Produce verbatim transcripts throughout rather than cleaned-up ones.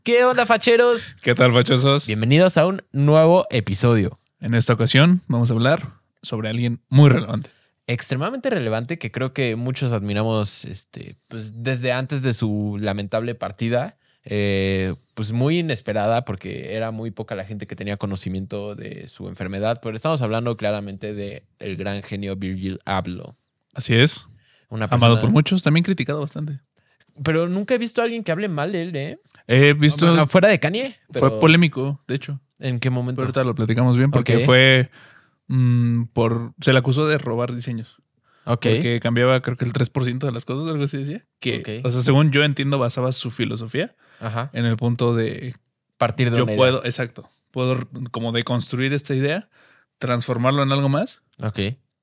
¿Qué onda, facheros? ¿Qué tal, fachosos? Bienvenidos a un nuevo episodio. En esta ocasión vamos a hablar sobre alguien muy relevante. Extremadamente relevante que creo que muchos admiramos este, pues, desde antes de su lamentable partida. Eh, pues muy inesperada porque era muy poca la gente que tenía conocimiento de su enfermedad. Pero estamos hablando claramente de el gran genio Virgil Abloh. Así es. Una persona... Amado por muchos, también criticado bastante. Pero nunca he visto a alguien que hable mal de él, ¿eh? He visto... Bueno, fuera de Kanye. Pero... Fue polémico, de hecho. ¿En qué momento? Pero ahorita lo platicamos bien porque Okay. fue... Mmm, por Se le acusó de robar diseños. Ok. Porque cambiaba creo que el tres por ciento de las cosas, algo así decía. Que, Okay. o sea, según yo entiendo, basaba su filosofía Ajá. en el punto de... Partir de Yo una puedo, idea. exacto. Puedo como deconstruir esta idea, transformarlo en algo más Ok.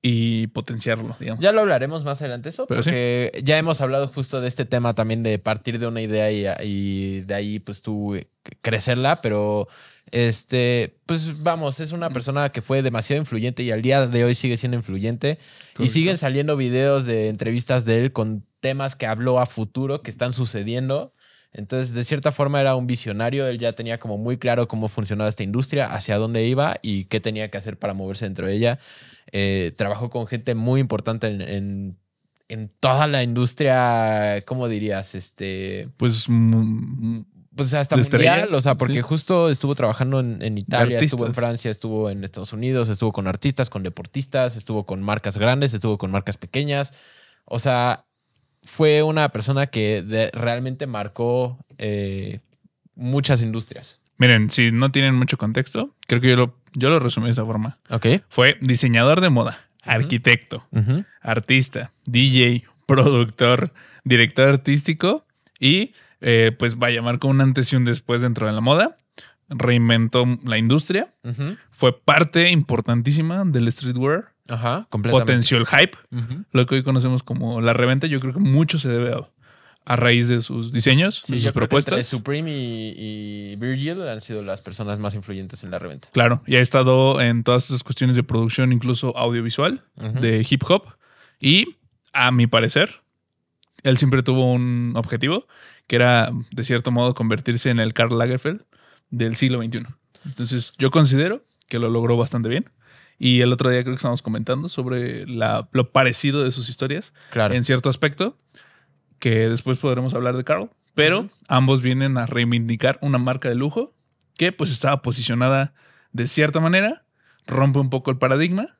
y potenciarlo, digamos. Ya lo hablaremos más adelante eso, Pero porque sí. Ya hemos hablado justo de este tema también de partir de una idea y, y de ahí pues tú crecerla, pero este, pues vamos, es una persona que fue demasiado influyente y al día de hoy sigue siendo influyente. Correcto. Y siguen saliendo videos de entrevistas de él con temas que habló a futuro, que están sucediendo. Entonces, de cierta forma era un visionario. Él ya tenía como muy claro cómo funcionaba esta industria, hacia dónde iba y qué tenía que hacer para moverse dentro de ella. Eh, trabajó con gente muy importante en, en, en toda la industria, ¿cómo dirías? Este, pues, mm, pues hasta mundial, o sea, porque sí. Justo estuvo trabajando en, en Italia, estuvo en Francia, estuvo en Estados Unidos, estuvo con artistas, con deportistas, estuvo con marcas grandes, estuvo con marcas pequeñas. O sea, fue una persona que de, realmente marcó eh, muchas industrias. Miren, si no tienen mucho contexto, creo que yo lo, yo lo resumí de esa forma. Ok. Fue diseñador de moda, uh-huh. arquitecto, uh-huh. artista, D J, productor, director artístico y eh, pues vaya, marcó un antes y un después dentro de la moda. Reinventó la industria. Uh-huh. Fue parte importantísima del streetwear. Ajá, completamente. Potenció el hype. Uh-huh. Lo que hoy conocemos como la reventa. Yo creo que mucho se debe a, a raíz de sus diseños, sí, de sus propuestas. Entre Supreme y, y Virgil han sido las personas más influyentes en la reventa. Claro, y ha estado en todas esas cuestiones de producción, incluso audiovisual, uh-huh. de hip hop. Y a mi parecer, él siempre tuvo un objetivo que era, de cierto modo, convertirse en el Karl Lagerfeld del siglo veintiuno. Entonces, yo considero que lo logró bastante bien. Y el otro día creo que estábamos comentando sobre la, lo parecido de sus historias. Claro. En cierto aspecto, que después podremos hablar de Karl. Pero uh-huh. ambos vienen a reivindicar una marca de lujo que pues estaba posicionada de cierta manera, rompe un poco el paradigma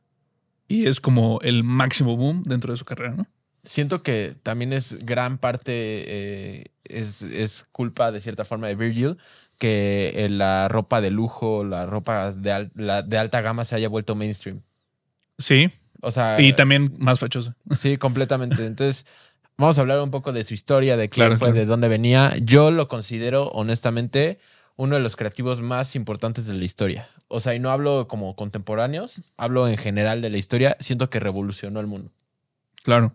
y es como el máximo boom dentro de su carrera, ¿no? Siento que también es gran parte, eh, es, es culpa de cierta forma de Virgil, que la ropa de lujo, la ropa de, al, la, de alta gama se haya vuelto mainstream. Sí. O sea, y también más fachosa. Sí, completamente. Entonces, vamos a hablar un poco de su historia, de quién claro, fue, claro. de dónde venía. Yo lo considero, honestamente, uno de los creativos más importantes de la historia. O sea, y no hablo como contemporáneos, hablo en general de la historia. Siento que revolucionó el mundo. Claro.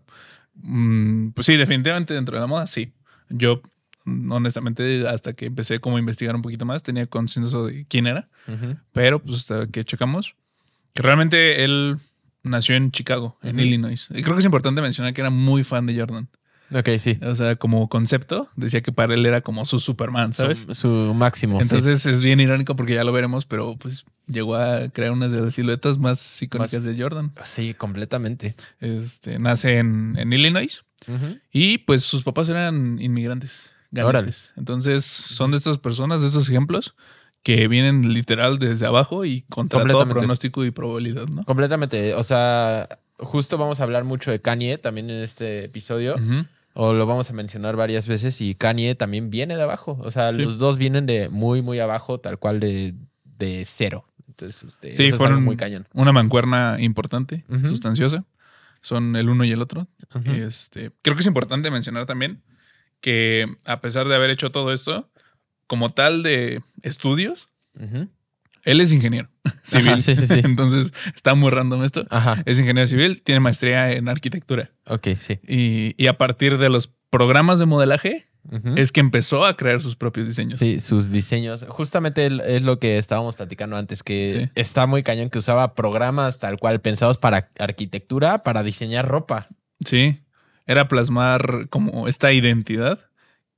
Mm, pues sí, definitivamente dentro de la moda, sí. Yo, honestamente, hasta que empecé como a investigar un poquito más, tenía consenso de quién era. Uh-huh. Pero pues hasta que checamos, que realmente él nació en Chicago, en uh-huh. Illinois. Y creo que es importante mencionar que era muy fan de Jordan. Ok, sí. O sea, como concepto, decía que para él era como su Superman, ¿sabes? Su, su máximo. Entonces sí. es bien irónico porque ya lo veremos, pero pues llegó a crear una de las siluetas más icónicas más, de Jordan. Sí, completamente. Este, nace en, en Illinois uh-huh. y pues sus papás eran inmigrantes ganeses. Entonces son de estas personas, de estos ejemplos que vienen literal desde abajo y contra todo pronóstico y probabilidad, ¿no? Completamente. O sea, justo vamos a hablar mucho de Kanye también en este episodio. Uh-huh. O lo vamos a mencionar varias veces. Y Kanye también viene de abajo. O sea, sí. los dos vienen de muy, muy abajo, tal cual de, de cero. Entonces, este, sí, eso fueron es muy cañón. Una mancuerna importante, uh-huh. sustanciosa. Son el uno y el otro. Uh-huh. Este, creo que es importante mencionar también que a pesar de haber hecho todo esto, como tal de estudios, uh-huh. él es ingeniero civil. Ajá, sí, sí, sí. Entonces está muy random esto. Ajá. Es ingeniero civil, tiene maestría en arquitectura. Ok, sí. Y, y a partir de los programas de modelaje uh-huh. es que empezó a crear sus propios diseños. Sí, sus diseños. Justamente es lo que estábamos platicando antes, que sí. está muy cañón que usaba programas tal cual pensados para arquitectura, para diseñar ropa. Sí, era plasmar como esta identidad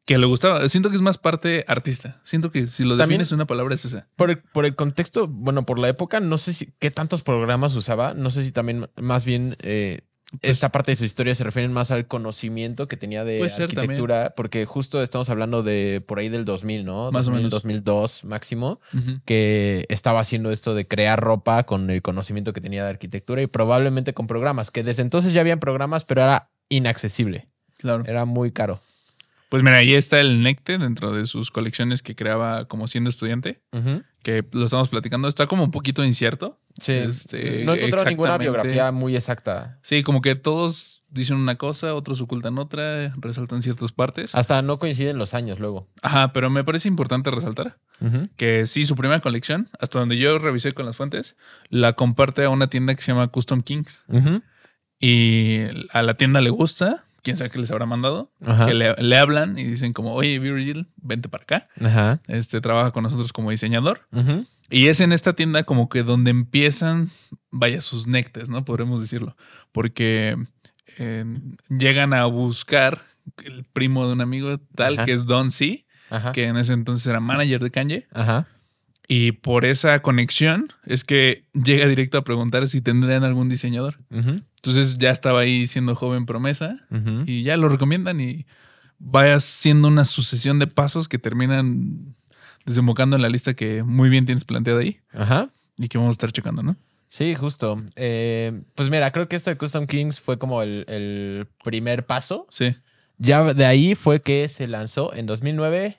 que le gustaba. Siento que es más parte artista. Siento que si lo También, defines en una palabra es esa. Por el, por el contexto, bueno, por la época, no sé si qué tantos programas usaba. No sé si también, más bien, eh, pues, esta parte de su historia se refiere más al conocimiento que tenía de arquitectura, porque justo estamos hablando de por ahí del dos mil, ¿no? Más dos mil, o menos. dos mil dos máximo, Uh-huh. que estaba haciendo esto de crear ropa con el conocimiento que tenía de arquitectura y probablemente con programas, que desde entonces ya habían programas, pero era inaccesible. Claro. Era muy caro. Pues mira, ahí está el Necte dentro de sus colecciones que creaba como siendo estudiante, Uh-huh. que lo estamos platicando. Está como un poquito incierto. Sí, Este, no he encontrado ninguna exactamente. biografía muy exacta. Sí, como que todos dicen una cosa, otros ocultan otra, resaltan ciertas partes. Hasta no coinciden los años luego. Ajá, pero me parece importante resaltar Uh-huh. que sí, su primera colección, hasta donde yo revisé con las fuentes, la comparte a una tienda que se llama Custom Kings. Uh-huh. Y a la tienda le gusta, quién sabe qué les habrá mandado, Ajá. que le, le hablan y dicen como, oye, Virgil, vente para acá. Ajá. Este, trabaja con nosotros como diseñador. Uh-huh. Y es en esta tienda como que donde empiezan, vaya, sus nectes, ¿no? Podremos decirlo. Porque eh, llegan a buscar el primo de un amigo tal, Ajá. que es Don C, Ajá. que en ese entonces era manager de Kanye. Ajá. Y por esa conexión es que llega directo a preguntar si tendrían algún diseñador. Uh-huh. Entonces ya estaba ahí siendo joven promesa Uh-huh. y ya lo recomiendan y vaya siendo una sucesión de pasos que terminan desembocando en la lista que muy bien tienes planteada ahí Ajá. y que vamos a estar checando, ¿no? Sí, justo. Eh, pues mira, creo que esto de Custom Kings fue como el, el primer paso. Sí. Ya de ahí fue que se lanzó en dos mil nueve,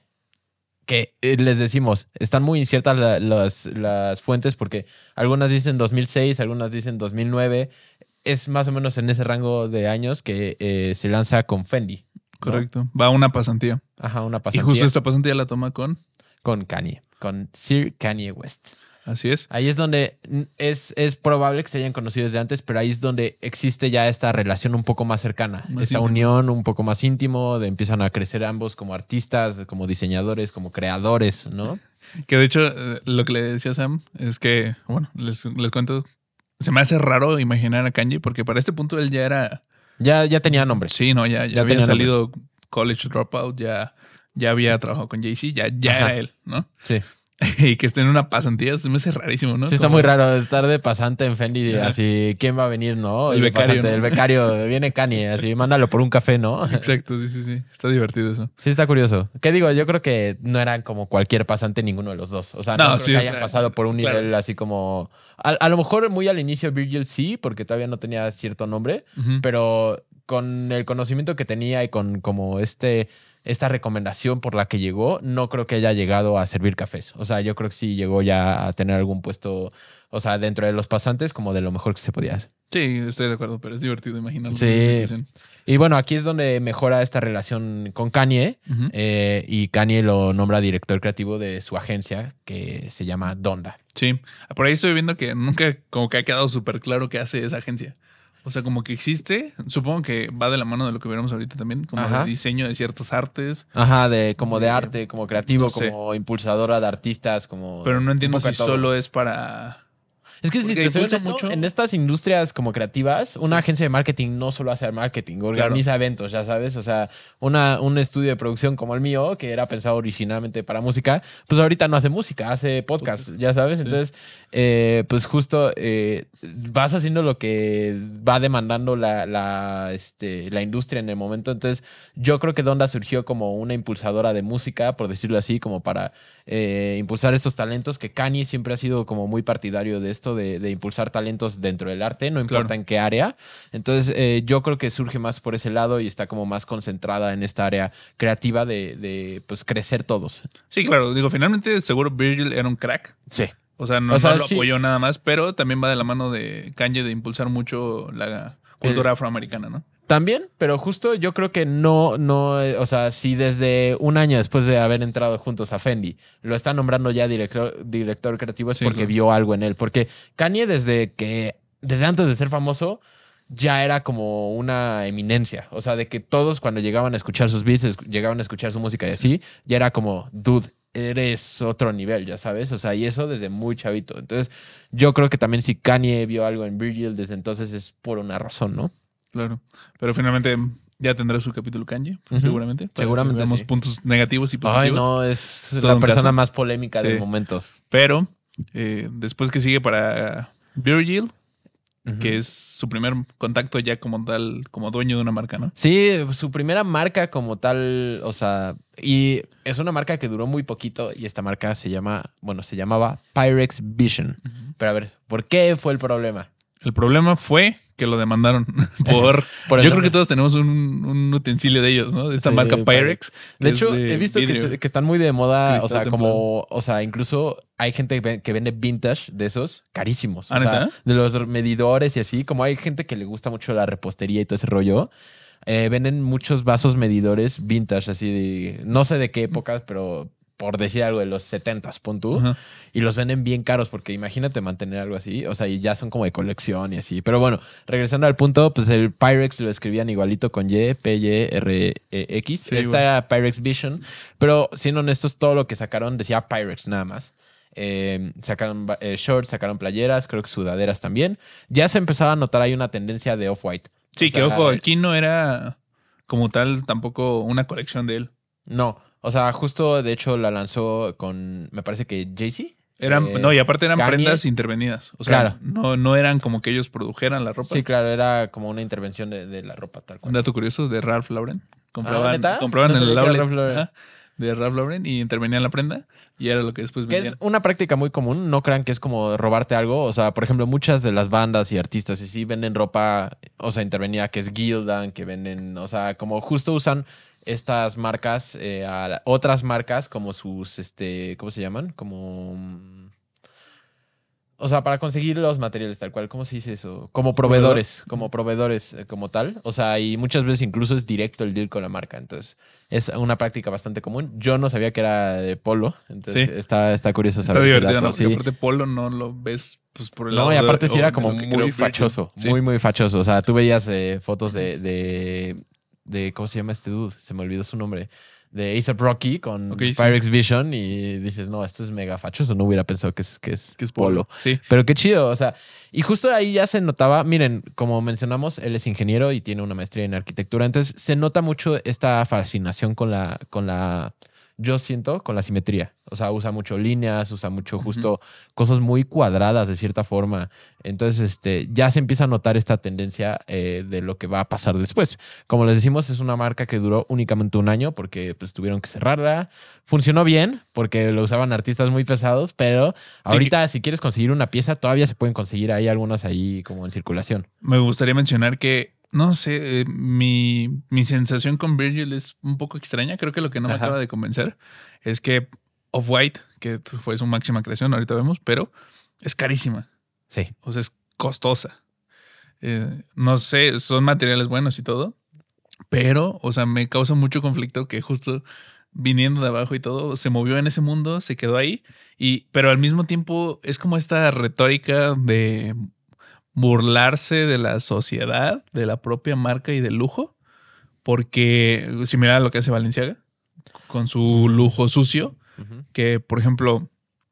que eh, les decimos, están muy inciertas la- las, las fuentes porque algunas dicen dos mil seis, algunas dicen dos mil nueve. Es más o menos en ese rango de años que eh, se lanza con Fendi. ¿no? Correcto. Va a una pasantía. Ajá, una Y pasantía justo esta pasantía la toma con... con Kanye, con Sir Kanye West. Así es. Ahí es donde mm, es, es probable que se hayan conocido desde antes, pero ahí es donde existe ya esta relación un poco más cercana, Más esta íntimo. unión un poco más íntimo, de empiezan a crecer ambos como artistas, como diseñadores, como creadores, ¿no? Que de hecho, eh, lo que le decía Sam es que, bueno, les, les cuento, se me hace raro imaginar a Kanye porque para este punto él ya era... Ya, ya tenía nombre. Sí, no, ya, ya, Ya había tenía salido College Dropout, ya, ya había trabajado con Jay-Z, ya, ya Ajá. era él, ¿no? Sí. Y que esté en una pasantía, se me hace rarísimo, ¿no? Sí, está Como- muy raro estar de pasante en Fendi, Ajá. así, ¿quién va a venir, no? El de becario, pasante, ¿no? El becario, viene Kanye, así, mándalo por un café, ¿no? Exacto, sí, sí, sí. Está divertido eso. Sí, está curioso. ¿Qué digo? Yo creo que no eran como cualquier pasante ninguno de los dos. O sea, no, No, creo sí, que o hayan sea, pasado por un claro. nivel así como... A, a lo mejor muy al inicio Virgil sí, porque todavía no tenía cierto nombre, Ujú. pero con el conocimiento que tenía y con como este... esta recomendación por la que llegó, no creo que haya llegado a servir cafés. O sea, yo creo que sí llegó ya a tener algún puesto, o sea, dentro de los pasantes, como de lo mejor que se podía hacer. Sí, estoy de acuerdo, pero es divertido imaginarlo. Sí. en esa situación. Y bueno, aquí es donde mejora esta relación con Kanye, Ujú. eh, y Kanye lo nombra director creativo de su agencia, que se llama Donda. Sí, por ahí estoy viendo que nunca como que ha quedado súper claro qué hace esa agencia. O sea, como que existe, supongo que va de la mano de lo que veremos ahorita también, como Ajá. de diseño de ciertas artes, Ajá, de como de Eh, arte, como creativo, no sé. como impulsadora de artistas, como... pero no un entiendo poco si de todo. solo es para... Es que si Porque te soy impulsa honesto, mucho. en estas industrias como creativas, una agencia de marketing no solo hace marketing, organiza eventos, ya sabes. O sea, una, un estudio de producción como el mío, que era pensado originalmente para música, pues ahorita no hace música, hace podcast, Podcast. ya sabes. Sí. Entonces, eh, pues justo eh, vas haciendo lo que va demandando la, la, este, la industria en el momento. Entonces, yo creo que Donda surgió como una impulsadora de música, por decirlo así, como para eh, impulsar estos talentos, que Kanye siempre ha sido como muy partidario de esto, de, de impulsar talentos dentro del arte, no importa Claro. en qué área. Entonces, eh, yo creo que surge más por ese lado y está como más concentrada en esta área creativa de, de pues, crecer todos. Sí, claro, digo, finalmente seguro Virgil era un crack. Sí. O sea, no, O sea, no lo sí. apoyó nada más, pero también va de la mano de Kanye de impulsar mucho la cultura El- afroamericana, ¿no? También, pero justo yo creo que no, no, eh, o sea, si desde un año después de haber entrado juntos a Fendi, lo está nombrando ya director, director creativo, es Sí, porque claro. vio algo en él. Porque Kanye desde que, desde antes de ser famoso, ya era como una eminencia. O sea, de que todos cuando llegaban a escuchar sus beats, es- llegaban a escuchar su música y así, ya era como, dude, eres otro nivel, ya sabes. O sea, y eso desde muy chavito. Entonces, yo creo que también si Kanye vio algo en Virgil desde entonces es por una razón, ¿no? Claro. Pero finalmente Ya tendrá su capítulo Kanye, Ujú. seguramente. Seguramente Tenemos sí. puntos negativos y positivos. Ay, no, es Es todo la un persona caso. más polémica Sí. del momento. Pero eh, después que sigue para Virgil, Ujú. que es su primer contacto ya como tal, como dueño de una marca, ¿no? Sí, su primera marca como tal, o sea, y es una marca que duró muy poquito y esta marca se llama, bueno, se llamaba Pyrex Vision. Ujú. Pero a ver, ¿por qué fue el problema? El problema fue que lo demandaron por... Por el yo creo nombre. que todos tenemos un, un utensilio de ellos, ¿no? De esta Sí, marca Pyrex. De que hecho, es de he visto que, vidrio, est- que están muy de moda, o cristal sea, templado. como, o sea, incluso hay gente que ve- que vende vintage de esos, carísimos. ¿Ah, O sea, neta? de los medidores y así, como hay gente que le gusta mucho la repostería y todo ese rollo, eh, venden muchos vasos medidores vintage, así de, no sé de qué épocas, pero por decir algo de los setentas, pon tú, Ajá. y los venden bien caros, porque imagínate mantener algo así, o sea, y ya son como de colección y así. Pero bueno, regresando al punto, pues el Pyrex lo escribían igualito con Y, P, Y, R, E, X. Sí, Esta güey. era Pyrex Vision, pero siendo honestos, todo lo que sacaron decía Pyrex nada más. Eh, sacaron ba- eh, shorts, sacaron playeras, creo que sudaderas también. Ya se empezaba a notar ahí una tendencia de Off-White. Sí, O que sea, ojo, aquí no era como tal tampoco una colección de él. no, o sea, justo de hecho la lanzó con, me parece que Jay-Z. Eran, eh, no, y aparte eran Kanye. prendas intervenidas. O sea, Claro. no, no eran como que ellos produjeran la ropa. Sí, claro, era como una intervención de, de la ropa tal Un cual. dato curioso de Ralph Lauren. Compraban, ¿neta? compraban No en sabía el que era outlet Ralph Lauren. ajá, de Ralph Lauren y intervenían la prenda y era lo que después Que es vendían. una práctica muy común, no crean que es como robarte algo. O sea, por ejemplo, muchas de las bandas y artistas y sí venden ropa, o sea, intervenía que es Gildan, que venden, o sea, como justo usan estas marcas, eh, a la- otras marcas como sus, este, ¿cómo se llaman? Como... mm, O sea, para conseguir los materiales tal cual, ¿cómo se dice eso? Como proveedores, como proveedores eh, como tal. O sea, y muchas veces incluso es directo el deal con la marca. Entonces, es una práctica bastante común. Yo no sabía que era de Polo, entonces Sí. está, está curioso Está saber ese divertido, dato. ¿no? Porque Sí. aparte Polo no lo ves pues por el No, lado y aparte de- sí o era de como lo que creó muy Virgil. fachoso, Sí. muy, muy fachoso. O sea, tú veías eh, fotos de, de, de, ¿cómo se llama este dude? Se me olvidó su nombre. De A$AP Rocky con Ok, sí. Pyrex Vision y dices, no, esto es mega fachoso. No hubiera pensado que es, que es, Que es Polo. Polo. Sí. Pero qué chido, o sea, y justo ahí ya se notaba, miren, como mencionamos, él es ingeniero y tiene una maestría en arquitectura, entonces se nota mucho esta fascinación con la, con la, yo siento, con la simetría. O sea, usa mucho líneas, usa mucho justo cosas muy cuadradas de cierta forma. Entonces, este, ya se empieza a notar esta tendencia eh, de lo que va a pasar después. Como les decimos, es una marca que duró únicamente un año porque pues tuvieron que cerrarla. Funcionó bien porque lo usaban artistas muy pesados, pero ahorita si quieres conseguir una pieza, todavía se pueden conseguir ahí algunas ahí como en circulación. Me gustaría mencionar que, no sé, eh, mi, mi sensación con Virgil es un poco extraña. Creo que lo que no me Ajá. acaba de convencer es que Off-White, que fue su máxima creación, ahorita vemos, pero es carísima. Sí. O sea, es costosa. Eh, no sé, son materiales buenos y todo, pero, o sea, me causa mucho conflicto que justo viniendo de abajo y todo, se movió en ese mundo, se quedó ahí, y, pero al mismo tiempo es como esta retórica de burlarse de la sociedad, de la propia marca y del lujo, porque si mira lo que hace Balenciaga con su lujo sucio, Ujú. que por ejemplo,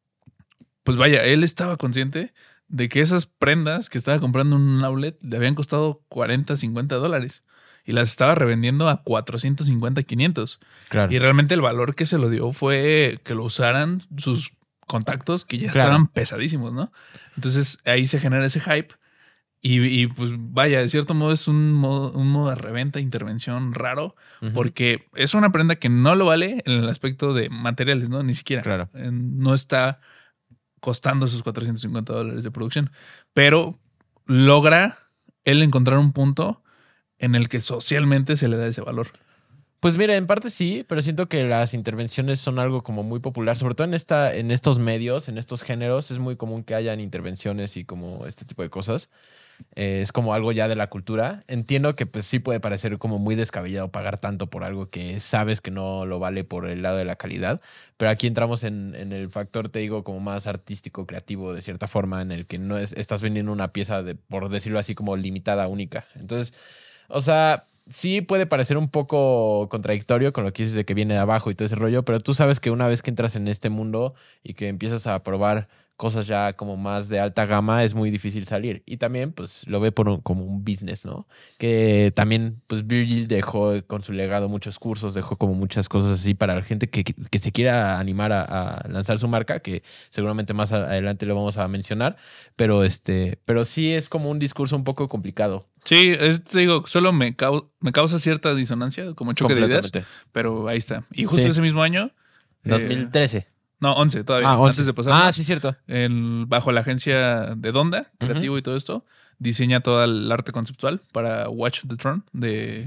pues vaya, él estaba consciente de que esas prendas que estaba comprando en un outlet le habían costado cuarenta, cincuenta dólares y las estaba revendiendo a cuatrocientos cincuenta, quinientos. Claro. Y realmente el valor que se lo dio fue que lo usaran sus contactos que ya Claro. estaban pesadísimos, ¿no? Entonces ahí se genera ese hype y, y, pues vaya, de cierto modo es un modo, un modo de reventa, intervención raro, Ujú. porque es una prenda que no lo vale en el aspecto de materiales, ¿no? Ni siquiera. Claro. Eh, No está costando esos cuatrocientos cincuenta dólares de producción, pero logra él encontrar un punto en el que socialmente se le da ese valor. Pues mira, en parte sí, pero siento que las intervenciones son algo como muy popular, sobre todo en esta, en estos medios, en estos géneros, es muy común que hayan intervenciones y como este tipo de cosas. Eh, es como algo ya de la cultura. Entiendo que pues sí puede parecer como muy descabellado pagar tanto por algo que sabes que no lo vale por el lado de la calidad, pero aquí entramos en, en el factor, te digo, como más artístico, creativo, de cierta forma, en el que no es, estás vendiendo una pieza de, por decirlo así, como limitada, única. Entonces, o sea, sí puede parecer un poco contradictorio con lo que dices de que viene de abajo y todo ese rollo, pero tú sabes que una vez que entras en este mundo y que empiezas a probar cosas ya como más de alta gama, es muy difícil salir. Y también, pues, lo ve por un- como un business, ¿no? Que también, pues, Virgil dejó con su legado muchos cursos, dejó como muchas cosas así para la gente que, que- que se quiera animar a, a lanzar su marca, que seguramente más a- adelante lo vamos a mencionar. Pero, este, pero sí es como un discurso un poco complicado. Sí, es, te digo, solo me, cau- me causa cierta disonancia, como choque de ideas, Completamente. pero ahí está. Y justo Sí. ese mismo año, dos eh, mil trece. no, once todavía, Ah, once. antes de pasarnos, Ah, sí, cierto. el- bajo la agencia de Donda, creativo Ujú. y todo esto, diseña todo el arte conceptual para Watch the Throne de,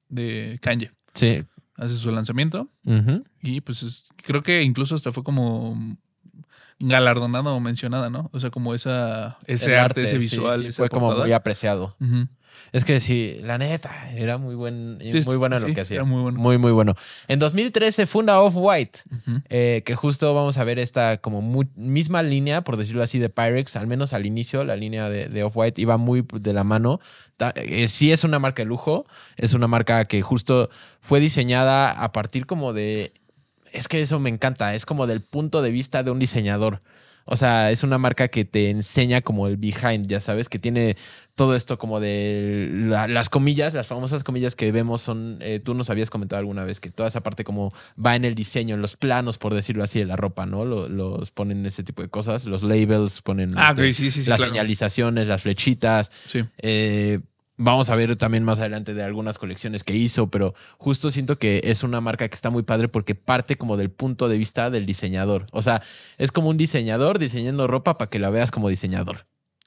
de Kanye. Sí. Hace su lanzamiento Ujú. y pues es- creo que incluso hasta fue como galardonada o mencionada, ¿no? O sea, como esa, ese El arte, ese sí, visual, sí, esa fue como portada. muy apreciado. Ujú. Es que sí, la neta, era muy buen, Sí, muy bueno en sí, lo que hacía. era muy bueno. Muy, muy bueno. En dos mil trece funda Off-White, Ujú. eh, que justo vamos a ver esta como mu- misma línea, por decirlo así, de Pyrex, al menos al inicio, la línea de, de Off-White iba muy de la mano. Ta- eh, sí es una marca de lujo, es una marca que justo fue diseñada a partir como de... Es que eso me encanta, es como del punto de vista de un diseñador. O sea, es una marca que te enseña como el behind, ya sabes, que tiene todo esto como de la- las comillas, las famosas comillas que vemos son, eh, tú nos habías comentado alguna vez que toda esa parte como va en el diseño, en los planos, por decirlo así, de la ropa, ¿no? Lo- los ponen ese tipo de cosas, los labels, ponen Ah, este, ok, sí, sí, sí, las claro. señalizaciones, las flechitas. Sí. Eh, Vamos a ver también más adelante de algunas colecciones que hizo, pero justo siento que es una marca que está muy padre porque parte como del punto de vista del diseñador. O sea, es como un diseñador diseñando ropa para que la veas como diseñador.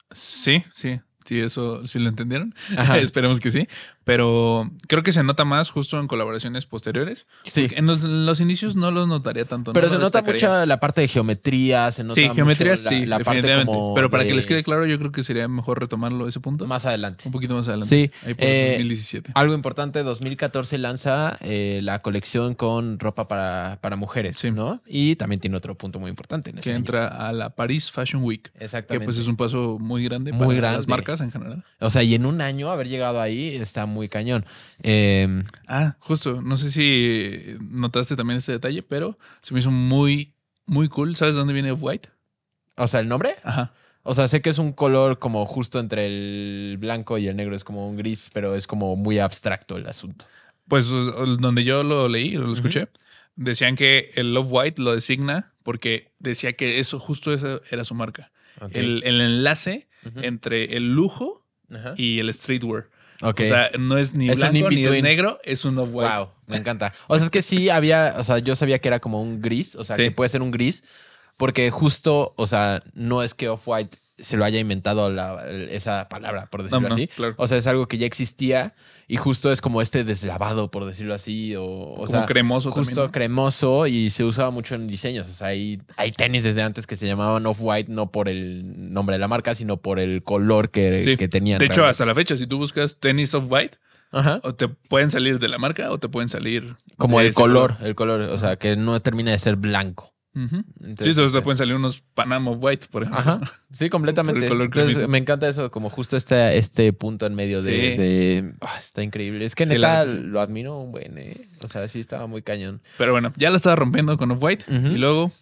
Sí, sí. Sí, eso sí lo entendieron. Ajá. Esperemos que sí. Pero creo que se nota más justo en colaboraciones posteriores. Sí. Porque en los, en los inicios no los notaría tanto. Pero no se lo nota destacaría. mucho la parte de geometría, se nota Sí, mucho geometría la, sí, la parte definitivamente. como Pero para de- que les quede claro, yo creo que sería mejor retomarlo ese punto. más adelante. Un poquito más adelante. Sí, Ahí por eh, dos mil diecisiete. Algo importante, dos mil catorce lanza eh, la colección con ropa para, para mujeres, Sí. ¿no? Y también tiene otro punto muy importante en ese Que año. entra a la Paris Fashion Week. Exactamente. Que pues es un paso muy grande Muy para grande. las marcas en general. O sea, y en un año haber llegado ahí está muy cañón. Eh, Ah, justo. No sé si notaste también este detalle, pero se me hizo muy, muy cool. ¿Sabes de dónde viene White? o sea, ¿el nombre? Ajá. O sea, sé que es un color como justo entre el blanco y el negro, es como un gris, pero es como muy abstracto el asunto. Pues donde yo lo leí, lo escuché, decían que el Love White lo designa porque decía que eso, justo eso era su marca. Ok. El, el enlace Ujú. entre el lujo Ajá. y el streetwear. Ok. O sea, no es ni Es un blanco ni es in-between. negro, es un Love White. Wow, me encanta. O sea, es que sí había, o sea, yo sabía que era como un gris, o sea, Sí. que puede ser un gris, porque justo, o sea, no es que Off-White se lo haya inventado la- esa palabra, por decirlo No, no, así. claro. O sea, es algo que ya existía y justo es como este deslavado, por decirlo así, o, o Como sea, cremoso justo también, ¿no? cremoso y se usaba mucho en diseños. O sea, hay, hay tenis desde antes que se llamaban Off-White no por el nombre de la marca, sino por el color que, Sí. que tenían. De hecho, realmente. hasta la fecha, si tú buscas tenis of white, Ajá. o te pueden salir de la marca o te pueden salir Como de el ese color, el color, o sea, que no termina de ser blanco. Ujú. Sí, Entonces, entonces te este, pueden salir unos Panama white, por ejemplo. Ajá, sí, completamente. Por el color Entonces, cremita. me encanta eso, como justo este, este punto en medio de... Sí. de- ah, está increíble. Es que Sí, la neta neta, sí. lo admiro un buen, ¿eh? O sea, sí estaba muy cañón. Pero bueno, ya la estaba rompiendo con Off-White Ujú. y luego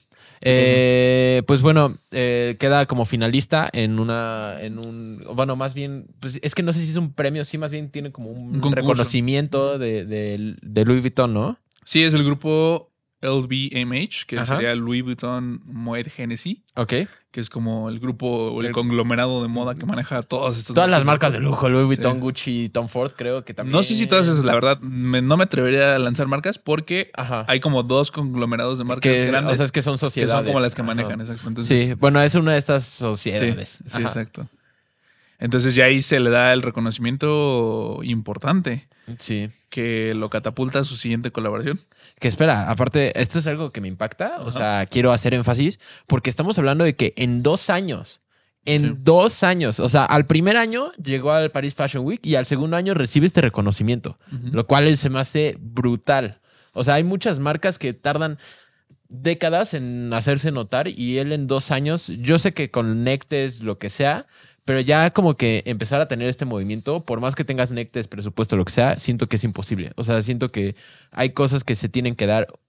Eh, pues bueno, eh, queda como finalista en una, en un, bueno, más bien, pues es que no sé si es un premio, sí, más bien tiene como un, Un concurso. reconocimiento de, de, de Louis Vuitton, ¿no? sí es el grupo L V M H, que Ajá. sería Louis Vuitton Moet Hennessy, Ok. que es como el grupo o el, El- conglomerado de moda que maneja todas estas Todas las marcas de lujo, Louis Vuitton, Sí. Gucci, Tom Ford, creo que también. No sé si todas esas, la verdad, me- no me atrevería a lanzar marcas porque Ajá. hay como dos conglomerados de marcas que, grandes o sea, es que son que sociedades. son como las que Ajá. manejan, exacto. Entonces, Sí, bueno, es una de estas sí, sociedades. sí, Ajá. exacto. Entonces ya ahí se le da el reconocimiento importante Sí. que lo catapulta a su siguiente colaboración. Que espera, aparte, esto es algo que me impacta. O Ajá. sea, quiero hacer énfasis porque estamos hablando de que en dos años, en Sí. dos años, o sea, al primer año llegó al Paris Fashion Week y al segundo año recibe este reconocimiento, Ujú. lo cual se me hace brutal. O sea, hay muchas marcas que tardan décadas en hacerse notar y él en dos años, yo sé que con Nectes, lo que sea, pero ya como que empezar a tener este movimiento, por más que tengas Nectes, presupuesto, lo que sea, siento que es imposible. O sea, siento que hay cosas que se tienen que dar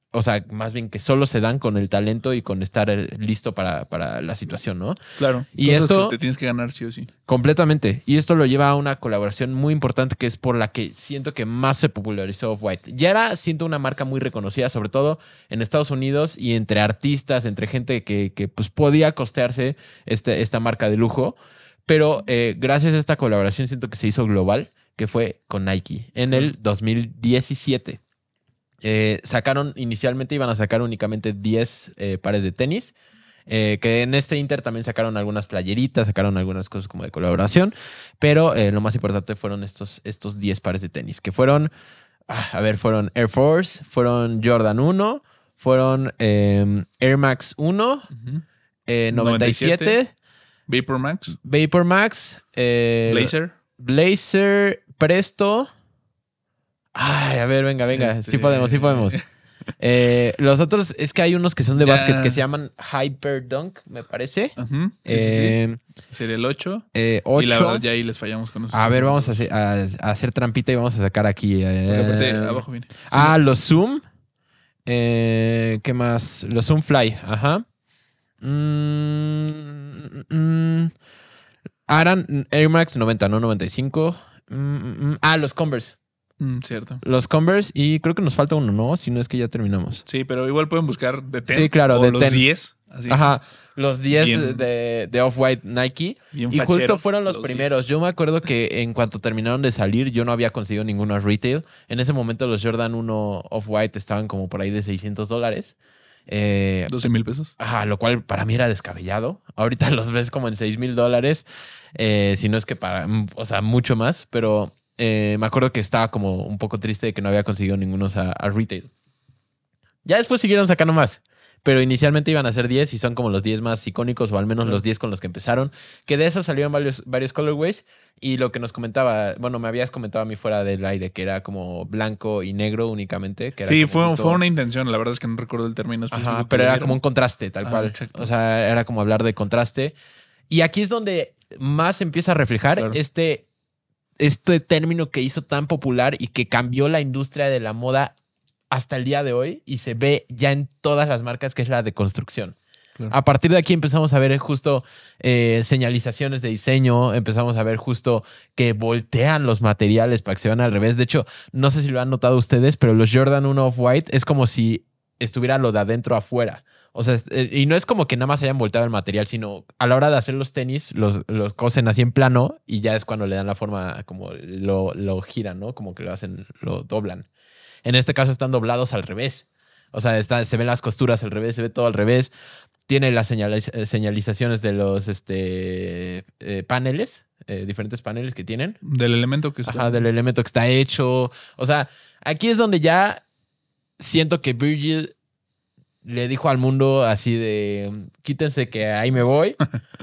o sea, más bien que solo se dan con el talento y con estar listo para, para la situación, ¿no? Claro. Y cosas esto que te tienes que ganar sí o sí. Completamente. Y esto lo lleva a una colaboración muy importante que es por la que siento que más se popularizó Off-White. Ya era, siento, una marca muy reconocida, sobre todo en Estados Unidos y entre artistas, entre gente que, que pues, podía costearse este, esta marca de lujo. Pero eh, gracias a esta colaboración siento que se hizo global, que fue con Nike en el dos mil diecisiete. Eh, sacaron, inicialmente iban a sacar únicamente diez eh, pares de tenis. Eh, que en este Inter también sacaron algunas playeritas, sacaron algunas cosas como de colaboración, pero eh, lo más importante fueron estos, estos diez pares de tenis, que fueron, ah, a ver, fueron Air Force, fueron Jordan uno, fueron eh, Air Max uno, uh-huh. eh, noventa y siete, noventa y siete, Vapor Max, Vapor Max, eh, Blazer, Blazer, Presto. Ay, a ver, venga, venga, este... sí podemos, sí podemos. Eh, los otros, es que hay unos que son de ya. básquet que se llaman Hyper Dunk, me parece. Uh-huh. Sí, eh, sí, sí. Sería el ocho. Eh, ocho. Y la verdad, ya ahí les fallamos con esos. A ver, vamos a hacer, a, a hacer trampita y vamos a sacar aquí. Eh, aparte, abajo viene. Ah, sí, los Zoom. Eh, ¿Qué más? Los Zoom Fly. Ajá. Mm, mm, ah, eran Air Max noventa, no noventa y cinco. Mm, mm, ah, los Converse. Mm, cierto. Los Converse y creo que nos falta uno, ¿no? Si no es que ya terminamos. Sí, pero igual pueden buscar de ten. Sí, claro, o de los ten. diez. Así. Ajá, los diez bien, de, de Off-White Nike. Bien y fachero, justo fueron los, los primeros. diez. Yo me acuerdo que en cuanto terminaron de salir, yo no había conseguido ninguno retail. En ese momento los Jordan uno Off-White estaban como por ahí de seiscientos dólares. Eh, doce mil pesos. Ajá, lo cual para mí era descabellado. Ahorita los ves como en seis mil dólares. Eh, si no es que para, o sea, mucho más. Pero eh, me acuerdo que estaba como un poco triste de que no había conseguido ninguno a, a retail. Ya después siguieron sacando más. Pero inicialmente iban a ser diez y son como los diez más icónicos, o al menos claro. los diez con los que empezaron. Que de esas salieron varios, varios colorways. Y lo que nos comentaba, bueno, me habías comentado a mí fuera del aire, que era como blanco y negro únicamente. Que era sí, como fue, justo... fue una intención. La verdad es que no recuerdo el término específico. Ajá, pero era como un contraste, tal ah, cual. Exacto. O sea, era como hablar de contraste. Y aquí es donde más empieza a reflejar claro. este, este término que hizo tan popular y que cambió la industria de la moda hasta el día de hoy y se ve ya en todas las marcas, que es la deconstrucción. Claro. A partir de aquí empezamos a ver justo eh, señalizaciones de diseño, empezamos a ver justo que voltean los materiales para que se vean al revés. De hecho, no sé si lo han notado ustedes, pero los Jordan uno Off-White es como si estuviera lo de adentro afuera. O sea, y no es como que nada más hayan volteado el material, sino a la hora de hacer los tenis, los, los cosen así en plano y ya es cuando le dan la forma, como lo, lo giran, ¿no? Como que lo hacen, lo doblan. En este caso están doblados al revés. O sea, está, se ven las costuras al revés, se ve todo al revés. Tiene las señaliz señalizaciones de los este, eh, paneles, eh, diferentes paneles que tienen. Del elemento que está. Ajá, del elemento que está hecho. O sea, aquí es donde ya siento que Virgil le dijo al mundo así de quítense que ahí me voy.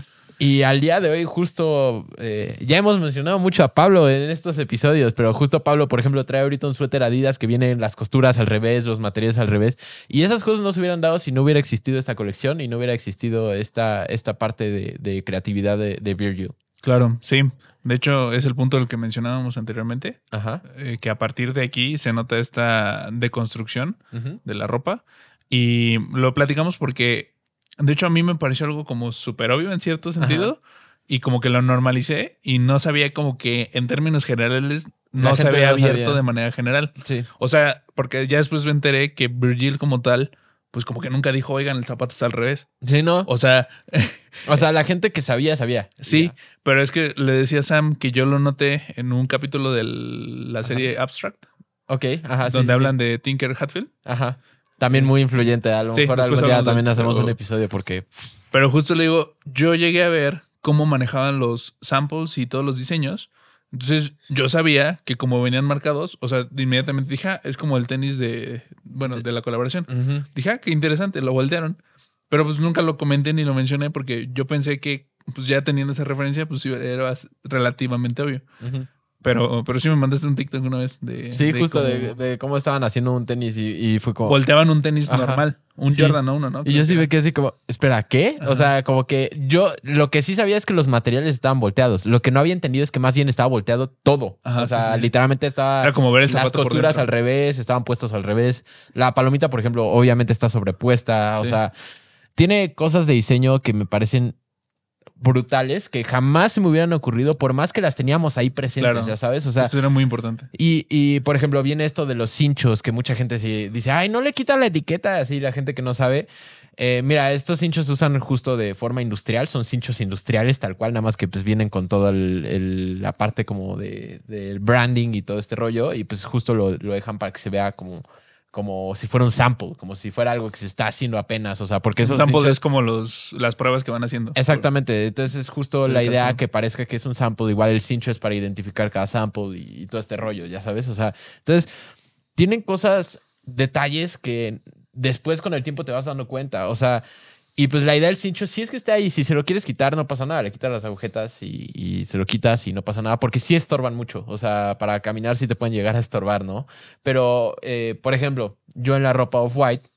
Y al día de hoy justo, eh, ya hemos mencionado mucho a Pablo en estos episodios, pero justo Pablo, por ejemplo, trae ahorita un suéter Adidas que vienen las costuras al revés, los materiales al revés. Y esas cosas no se hubieran dado si no hubiera existido esta colección y no hubiera existido esta, esta parte de, de creatividad de, de Virgil. Claro, sí. De hecho, es el punto del que mencionábamos anteriormente. Ajá. Eh, que a partir de aquí se nota esta deconstrucción uh-huh. de la ropa. Y lo platicamos porque... De hecho, a mí me pareció algo como súper obvio en cierto sentido. Ajá. Y como que lo normalicé y no sabía como que en términos generales no se había abierto sabía. de manera general. Sí. O sea, porque ya después me enteré que Virgil como tal, pues como que nunca dijo, oigan, el zapato está al revés. Sí, ¿no? O sea... o sea, la gente que sabía, sabía. Sí, ya. Pero es que le decía a Sam que yo lo noté en un capítulo de la serie ajá. Abstract. Ok, ajá. Donde sí, hablan sí. de Tinker Hatfield. Ajá. También muy influyente. A lo sí, mejor algún día también de, hacemos pero, un episodio porque... Pero justo le digo, yo llegué a ver cómo manejaban los samples y todos los diseños. Entonces yo sabía que como venían marcados, o sea, de inmediatamente dije, ah, es como el tenis de, bueno, de la colaboración. Uh-huh. Dije, ah, qué interesante, lo voltearon. Pero pues nunca lo comenté ni lo mencioné porque yo pensé que pues ya teniendo esa referencia, pues era relativamente obvio. Uh-huh. Pero, pero sí me mandaste un TikTok una vez de... Sí, de justo cómo de, de cómo estaban haciendo un tenis y, y fue como... volteaban un tenis Ajá. normal. Un Sí. Jordan a uno, ¿no? Y yo sí me quedé así como, espera, ¿qué? Ajá. O sea, como que yo lo que sí sabía es que los materiales estaban volteados. Lo que no había entendido es que más bien estaba volteado todo. Ajá, o sea, sí, sí, sí. literalmente estaba... Era como ver el las zapato por costuras dentro. al revés, estaban puestos al revés. La palomita, por ejemplo, obviamente está sobrepuesta. O Sí. sea, tiene cosas de diseño que me parecen brutales que jamás se me hubieran ocurrido por más que las teníamos ahí presentes, Claro. ya sabes. O sea, Eso era muy importante. y, y, por ejemplo, viene esto de los cinchos, que mucha gente sí dice, ay, no le quita la etiqueta, así la gente que no sabe. Eh, mira, estos cinchos se usan justo de forma industrial, son cinchos industriales tal cual, nada más que pues vienen con toda la parte como de, del branding y todo este rollo, y pues justo lo, lo dejan para que se vea como, como si fuera un sample, como si fuera algo que se está haciendo apenas, o sea, porque Un esos sample cinchos- es como los, las pruebas que van haciendo. Exactamente, entonces es justo El la idea cartón. que parezca que es un sample, igual el cincho es para identificar cada sample y, y todo este rollo, ya sabes, o sea, entonces tienen cosas, detalles que después con el tiempo te vas dando cuenta, o sea, y pues la idea del cincho sí es que esté ahí, si se lo quieres quitar no pasa nada, le quitas las agujetas y, y se lo quitas y no pasa nada, porque sí estorban mucho, o sea, para caminar sí te pueden llegar a estorbar, ¿no? Pero, eh, por ejemplo, yo en la ropa off-white,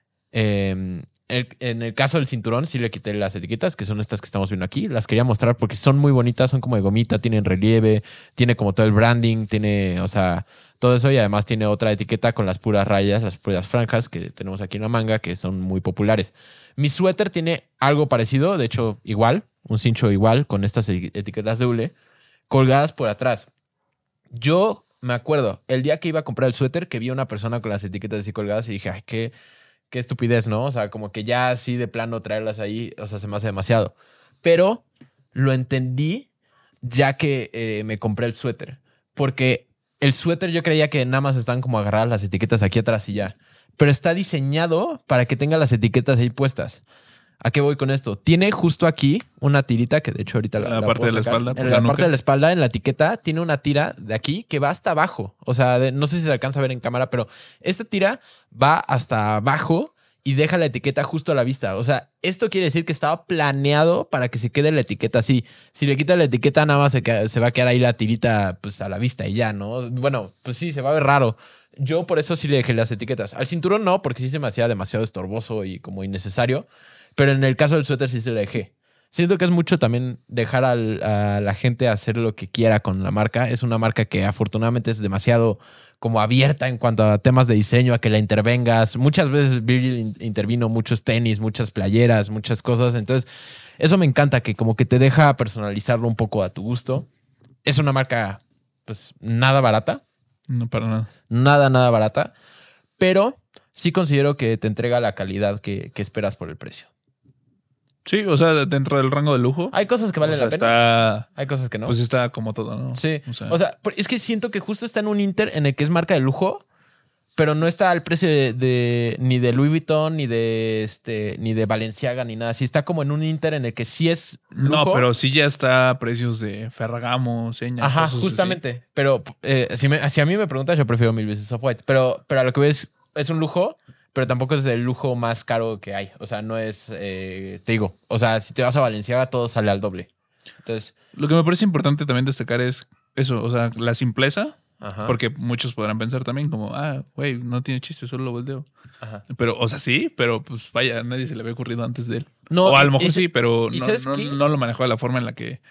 eh, el- en el caso del cinturón, sí le quité las etiquetas, que son estas que estamos viendo aquí. Las quería mostrar porque son muy bonitas, son como de gomita, tienen relieve, tiene como todo el branding, tiene, o sea, todo eso y además tiene otra etiqueta con las puras rayas, las puras franjas que tenemos aquí en la manga, que son muy populares. Mi suéter tiene algo parecido, de hecho, igual, un cincho igual, con estas e- etiquetas de hule, colgadas por atrás. Yo me acuerdo, el día que iba a comprar el suéter, que vi a una persona con las etiquetas así colgadas y dije, ay, qué qué estupidez, ¿no? O sea, como que ya así de plano traerlas ahí, o sea, se me hace demasiado. Pero lo entendí ya que eh, me compré el suéter. Porque el suéter yo creía que nada más están como agarradas las etiquetas aquí atrás y ya. Pero está diseñado para que tenga las etiquetas ahí puestas. ¿A qué voy con esto? Tiene justo aquí una tirita que de hecho ahorita la, En la la parte puedo de la sacar. espalda, por En la la, nuca. parte de la espalda, en la etiqueta, tiene una tira de aquí que va hasta abajo. O sea, de- no sé si se alcanza a ver en cámara, pero esta tira va hasta abajo y deja la etiqueta justo a la vista. O sea, esto quiere decir que estaba planeado para que se quede la etiqueta así. Si le quitas la etiqueta, nada más se, queda- se va a quedar ahí la tirita pues a la vista y ya, ¿no? Bueno, pues sí, se va a ver raro. Yo por eso sí le dejé las etiquetas. Al cinturón no, porque sí se me hacía demasiado estorboso y como innecesario. Pero en el caso del suéter sí se lo dejé. Siento que es mucho también dejar al- a la gente hacer lo que quiera con la marca. Es una marca que afortunadamente es demasiado como abierta en cuanto a temas de diseño, a que la intervengas. Muchas veces Virgil in- intervino muchos tenis, muchas playeras, muchas cosas. Entonces, eso me encanta, que como que te deja personalizarlo un poco a tu gusto. Es una marca, pues, nada barata. No, para nada. Nada, nada barata. Pero sí considero que te entrega la calidad que, que esperas por el precio. Sí, o sea, dentro del rango de lujo. Hay cosas que valen o sea, la pena. está. Hay cosas que no. Pues está como todo, ¿no? Sí. O sea, O sea, por- es que siento que justo está en un Inter en el que es marca de lujo, pero no está al precio de, de- ni de Louis Vuitton, ni de este, ni de Balenciaga, ni nada. Sí está como en un Inter en el que sí es lujo. no, pero sí ya está a precios de Ferragamo, Seña. Ajá, cosas así. justamente. Pero eh, si, me- si a mí me preguntas, yo prefiero mil veces Off-White. Pero, pero a lo que ves, es un lujo, pero tampoco es el lujo más caro que hay. O sea, no es, eh, te digo, o sea, si te vas a Balenciaga, todo sale al doble. Entonces, Lo que me parece importante también destacar es eso, o sea, la simpleza. ajá. Porque muchos podrán pensar también como, ah, güey, no tiene chiste, solo lo volteo. Ajá. Pero, o sea, sí, pero pues vaya, a nadie se le había ocurrido antes de él. No, o a y- lo mejor y- sí, pero ¿y no, sabes no, qué? no lo manejó de la forma en la que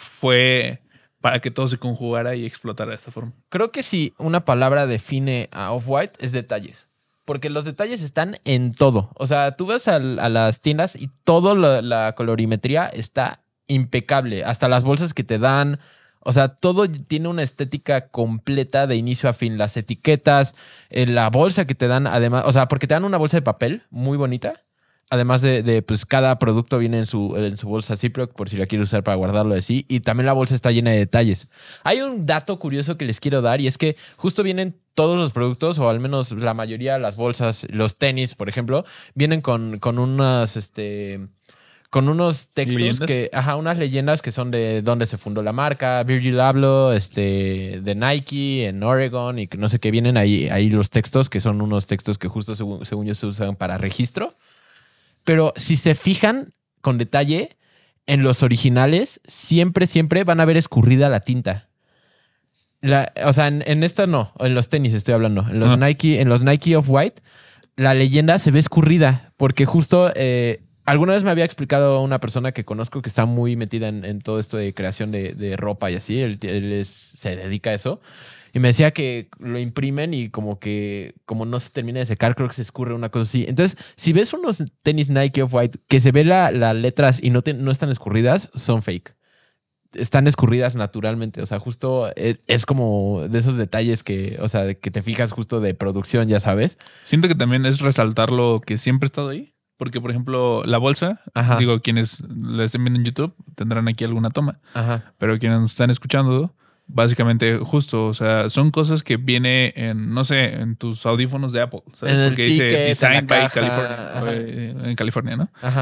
fue para que todo se conjugara y explotara de esta forma. Creo que si una palabra define a Off-White es detalles. Porque los detalles están en todo. O sea, tú vas al- a, las tiendas y toda la, la colorimetría está impecable. Hasta las bolsas que te dan. O sea, todo tiene una estética completa de inicio a fin. Las etiquetas, eh, la bolsa que te dan, además. O sea, porque te dan una bolsa de papel muy bonita. Además de, de, pues, cada producto viene en su, en su bolsa Ziploc por si la quieres usar para guardarlo así. Y también la bolsa está llena de detalles. Hay un dato curioso que les quiero dar y es que justo vienen todos los productos, o al menos la mayoría, las bolsas, los tenis, por ejemplo, vienen con, con unas, este... Con unos textos ¿Leyendas? que, ajá, unas leyendas que son de dónde se fundó la marca, Virgil Abloh, este, de Nike, en Oregon, y que no sé qué, vienen ahí, ahí los textos, que son unos textos que justo según, según yo se usan para registro. Pero si se fijan con detalle, en los originales siempre, siempre van a ver escurrida la tinta. La, o sea, en, en esta no, en los tenis estoy hablando. En los Ah. Nike, en los Nike Off-White, la leyenda se ve escurrida. Porque justo eh, alguna vez me había explicado una persona que conozco que está muy metida en, en todo esto de creación de, de ropa y así. Él, él es- se dedica a eso. Y me decía que lo imprimen y como que como no se termina de secar, creo que se escurre una cosa así. Entonces, si ves unos tenis Nike Off-White que se ve la- las letras y no, te- no están escurridas, son fake. Están escurridas naturalmente. O sea, justo es, es como de esos detalles que, o sea, de que te fijas justo de producción, ya sabes. Siento que también es resaltar lo que siempre ha estado ahí. Porque, por ejemplo, la bolsa, Ajá. digo, quienes la estén viendo en YouTube tendrán aquí alguna toma. Ajá. Pero quienes nos están escuchando, básicamente, justo, o sea, son cosas que viene en, no sé, en tus audífonos de Apple. ¿Sabes? En el Porque dice ticket, en Design la by caja, California. ajá. eh, En California, ¿no? Ajá.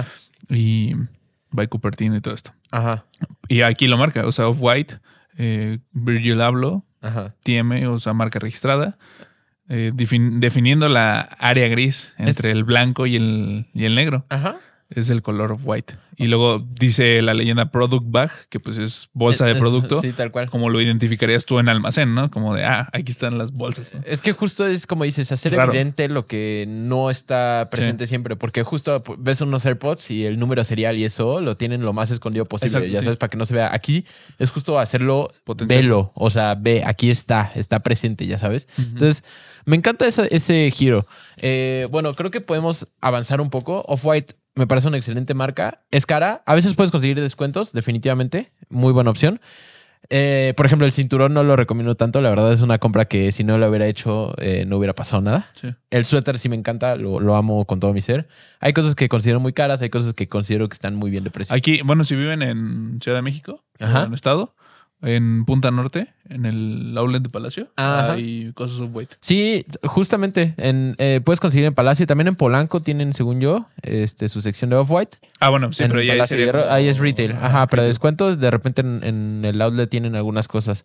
Y by Cupertino y todo esto. Ajá. Y aquí lo marca, o sea, Off-White, eh, Virgil Abloh, Ajá. T M, o sea, marca registrada, eh, defin- definiendo la área gris entre el blanco y el, y el negro. Ajá. Es el color Off-White. Y luego dice la leyenda Product Bag, que pues es bolsa de Es- producto. Sí, tal cual. Como lo identificarías tú en almacén, ¿no? Como de, ah, aquí están las bolsas, ¿no? Es que justo es como dices, hacer Raro. evidente lo que no está presente siempre, porque justo pues, ves unos AirPods y el número serial y eso lo tienen lo más escondido posible, Exacto, ya sí. sabes, para que no se vea. Aquí es justo hacerlo, Potencial. velo, o sea, ve, aquí está, está presente, ya sabes. Ujú. Entonces, me encanta ese, ese giro. Eh, bueno, creo que podemos avanzar un poco. Off-White me parece una excelente marca. Es cara. A veces puedes conseguir descuentos, definitivamente. Muy buena opción. Eh, por ejemplo, el cinturón no lo recomiendo tanto. La verdad es una compra que si no lo hubiera hecho, eh, no hubiera pasado nada. Sí. El suéter sí me encanta, lo, lo amo con todo mi ser. Hay cosas que considero muy caras, hay cosas que considero que están muy bien de precio. Aquí, bueno, si viven en Ciudad de México, Ajá. en el estado, en Punta Norte, en el outlet de Palacio, Ajá. hay cosas Off-White. Sí, justamente. En, eh, puedes conseguir en Palacio y también en Polanco tienen, según yo, este, su sección de Off-White. Ah, bueno, sí, en pero ya ahí Palacio sería Hierro, como- ahí es retail. Ah, Ajá, pero retail. descuentos de repente en, en el outlet tienen algunas cosas.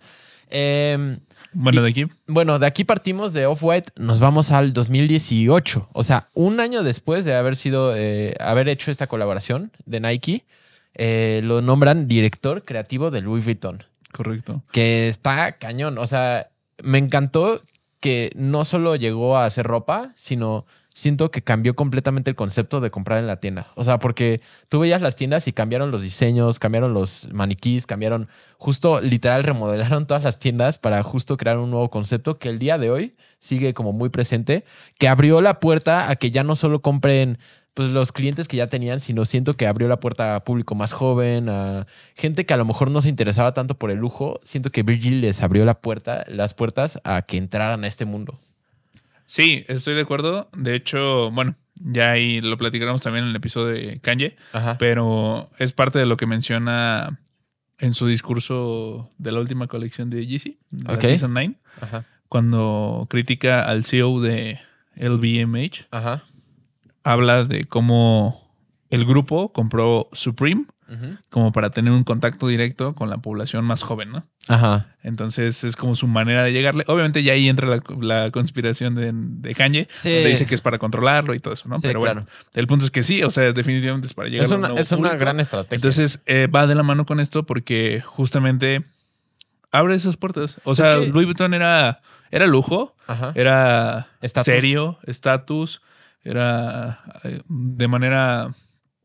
Eh, Bueno, de aquí. bueno, de aquí partimos de Off-White, nos vamos al dos mil dieciocho. O sea, un año después de haber sido, eh, haber hecho esta colaboración de Nike, eh, lo nombran director creativo de Louis Vuitton. Correcto. Que está cañón. O sea, me encantó que no solo llegó a hacer ropa, sino siento que cambió completamente el concepto de comprar en la tienda. O sea, porque tú veías las tiendas y cambiaron los diseños, cambiaron los maniquís, cambiaron, justo literal remodelaron todas las tiendas para justo crear un nuevo concepto que el día de hoy sigue como muy presente, que abrió la puerta a que ya no solo compren pues los clientes que ya tenían, sino siento que abrió la puerta a público más joven, a gente que a lo mejor no se interesaba tanto por el lujo. Siento que Virgil les abrió la puerta, las puertas a que entraran a este mundo. Sí, estoy de acuerdo. De hecho, bueno, ya ahí lo platicaremos también en el episodio de Kanye, Ajá. pero es parte de lo que menciona en su discurso de la última colección de Yeezy, la Ok. Season nueve, Ajá. cuando critica al C E O de L V M H. Ajá. Habla de cómo el grupo compró Supreme Ujú. como para tener un contacto directo con la población más joven, ¿no? Ajá. Entonces es como su manera de llegarle. Obviamente ya ahí entra la, la conspiración de, de Kanye, Sí. donde dice que es para controlarlo y todo eso, ¿no? Sí, Pero bueno, claro. el punto es que sí, o sea, definitivamente es para llegar Es a un una, nuevo es una público. gran estrategia. Entonces eh, va de la mano con esto porque justamente abre esas puertas. O sea, que- Louis Vuitton era, era lujo, Ajá. era Estatus. serio, estatus, era eh, de manera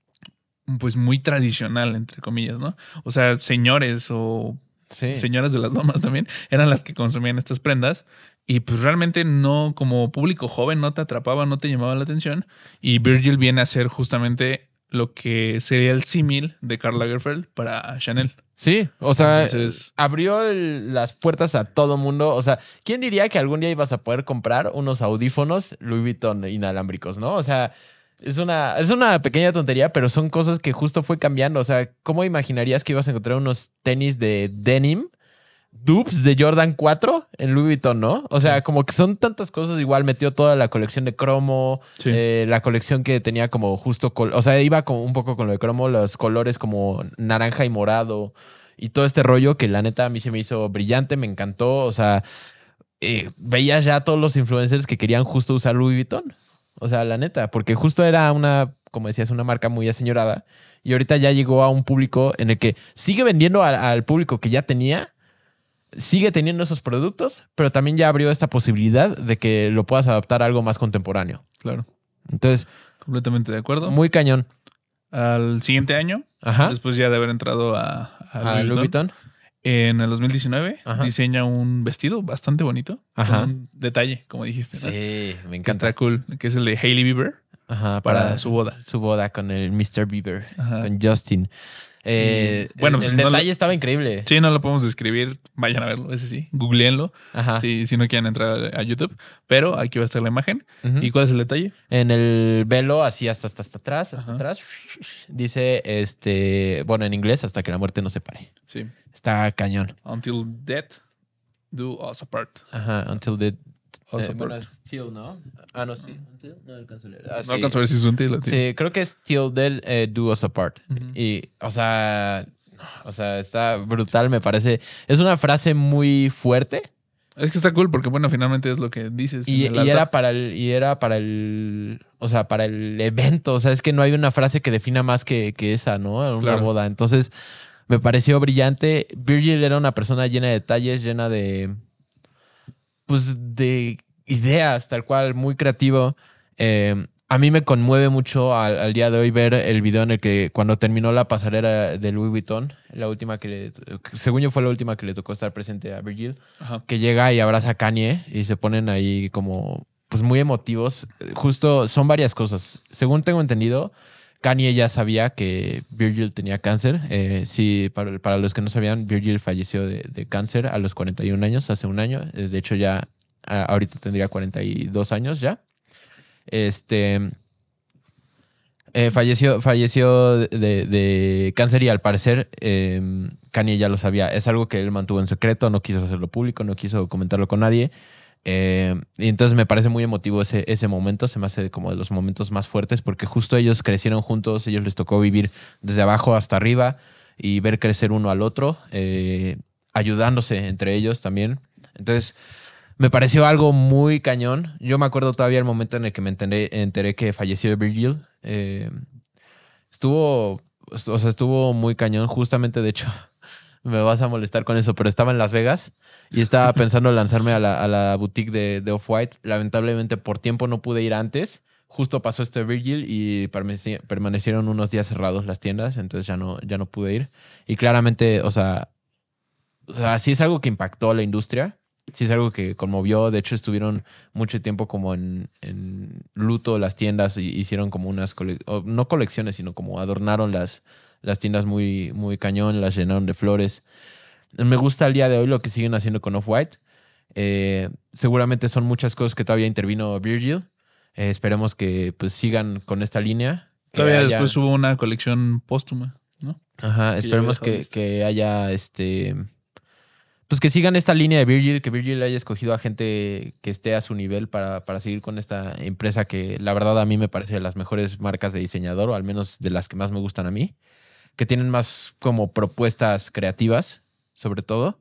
pues muy tradicional, entre comillas, ¿no? O sea, señores o Sí. señoras de las lomas también eran las que consumían estas prendas y pues realmente no, como público joven, no te atrapaba, no te llamaba la atención, y Virgil viene a ser justamente lo que sería el símil de Karl Lagerfeld para Chanel. Sí, o sea, Entonces- abrió el- las puertas a todo mundo. O sea, ¿quién diría que algún día ibas a poder comprar unos audífonos Louis Vuitton inalámbricos, no? O sea, es una, es una pequeña tontería, pero son cosas que justo fue cambiando. O sea, ¿cómo imaginarías que ibas a encontrar unos tenis de denim, dupes de Jordan cuatro en Louis Vuitton, no? O sea, Sí. como que son tantas cosas. Igual metió toda la colección de cromo, Sí. eh, la colección que tenía como justo, col- o sea, iba como un poco con lo de cromo, los colores como naranja y morado y todo este rollo que la neta a mí se me hizo brillante, me encantó. O sea, eh, veías ya a todos los influencers que querían justo usar Louis Vuitton. O sea, la neta, porque justo era una, como decías, una marca muy aseñorada y ahorita ya llegó a un público en el que sigue vendiendo al, al público que ya tenía, sigue teniendo esos productos, pero también ya abrió esta posibilidad de que lo puedas adaptar a algo más contemporáneo. Claro. Entonces, completamente de acuerdo. Muy cañón. Al siguiente año, Ajá. después ya de haber entrado a, a, a Louis Vuitton, en el dos mil diecinueve, Ajá. diseña un vestido bastante bonito. Ajá. Con un detalle, como dijiste. ¿no? Sí, me Que encanta. está cool, que es el de Hailey Bieber. Ajá, para, para su boda. Su boda con el mister Bieber, Ajá. con Justin. Eh, Y, bueno, el, pues el no detalle lo, estaba increíble. Sí, no lo podemos describir. Vayan a verlo, ese sí. Googleenlo. Ajá. Si, si no quieren entrar a YouTube. Pero aquí va a estar la imagen. Uh-huh. ¿Y cuál es el detalle? En el velo, así hasta, hasta, hasta atrás, hasta Ajá. atrás, dice, este, bueno, en inglés, hasta que la muerte nos separe. Sí. Está cañón. Until death do us apart. Ajá, until the... Us Eh, bueno, apart. es till, ¿no? Ah, no, sí. Until, no alcanzo a leer. Ah, No sí. alcanzo a ver si es until. Sí, creo que es till del eh, do us apart. Uh-huh. Y, o sea, o sea, está brutal, me parece. Es una frase muy fuerte. Es que está cool porque, bueno, finalmente es lo que dices. Y, en el y altar. era para el, y era para el, o sea, para el evento. O sea, es que no hay una frase que defina más que, que esa, ¿no? Una Claro. boda. Entonces, me pareció brillante. Virgil era una persona llena de detalles, llena de, pues, de ideas, tal cual, muy creativo. Eh, a mí me conmueve mucho al, al día de hoy ver el video en el que cuando terminó la pasarela de Louis Vuitton, la última que le, según yo fue la última que le tocó estar presente a Virgil, Ajá. que llega y abraza a Kanye y se ponen ahí como, pues muy emotivos. Justo son varias cosas. Según tengo entendido, Kanye ya sabía que Virgil tenía cáncer. Eh, sí, para, para los que no sabían, Virgil falleció de, de cáncer a los cuarenta y un años, hace un año. Eh, De hecho, ya a- ahorita tendría cuarenta y dos años ya. Este... eh, falleció, falleció de, de cáncer y al parecer eh, Kanye ya lo sabía. Es algo que él mantuvo en secreto, no quiso hacerlo público, no quiso comentarlo con nadie. Eh, y entonces me parece muy emotivo ese, ese momento, se me hace como de los momentos más fuertes porque justo ellos crecieron juntos, ellos les tocó vivir desde abajo hasta arriba y ver crecer uno al otro, eh, ayudándose entre ellos también. Entonces me pareció algo muy cañón. Yo me acuerdo todavía el momento en el que me enteré, enteré que falleció Virgil. Eh, estuvo, o sea, estuvo muy cañón. Justamente, de hecho, me vas a molestar con eso, pero estaba en Las Vegas y estaba pensando lanzarme a la, a la boutique de, de Off-White. Lamentablemente, por tiempo no pude ir antes. Justo pasó este Virgil y permaneci- permanecieron unos días cerrados las tiendas, entonces ya no, ya no pude ir. Y claramente, o sea, o sea, sí es algo que impactó a la industria. Sí es algo que conmovió. De hecho, estuvieron mucho tiempo como en, en luto las tiendas y hicieron como unas, cole- o no colecciones, sino como adornaron las, las tiendas muy, muy cañón, las llenaron de flores. Me gusta al día de hoy lo que siguen haciendo con Off-White. Eh, seguramente son muchas cosas que todavía intervino Virgil. Eh, esperemos que pues sigan con esta línea. Que Todavía haya- después hubo una colección póstuma, ¿no? Ajá, que esperemos ya había que, dejado que haya este. Pues que sigan esta línea de Virgil, que Virgil haya escogido a gente que esté a su nivel para, para seguir con esta empresa que la verdad a mí me parece de las mejores marcas de diseñador, o al menos de las que más me gustan a mí, que tienen más como propuestas creativas, sobre todo.